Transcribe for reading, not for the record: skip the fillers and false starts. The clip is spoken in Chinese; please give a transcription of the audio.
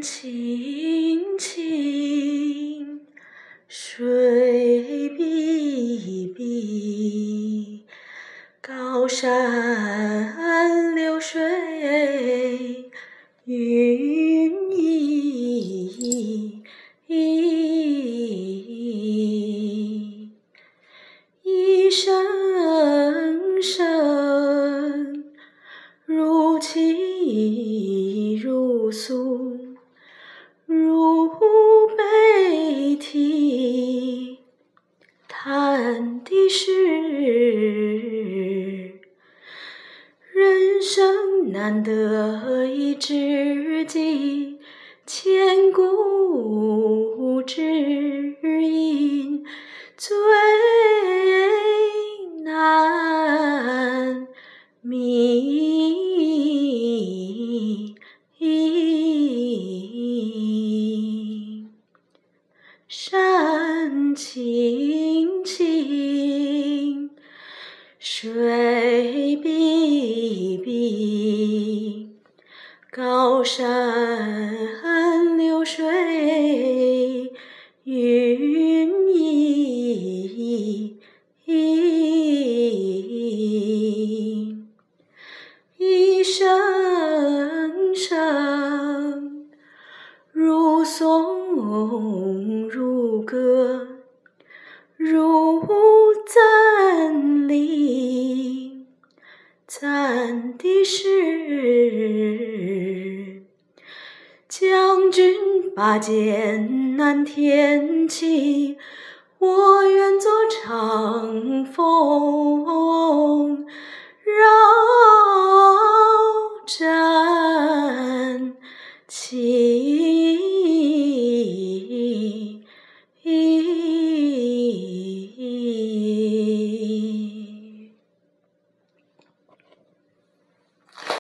青青，水碧碧，高山流水云缢，一声声如泣如诉，如悲啼，叹的是人生难得一知己，千古知音最难觅。山青青，水碧碧，高山流水云缢，一声声如颂如歌，如赞丽，赞的是将军拔剑南天骑，我愿做长风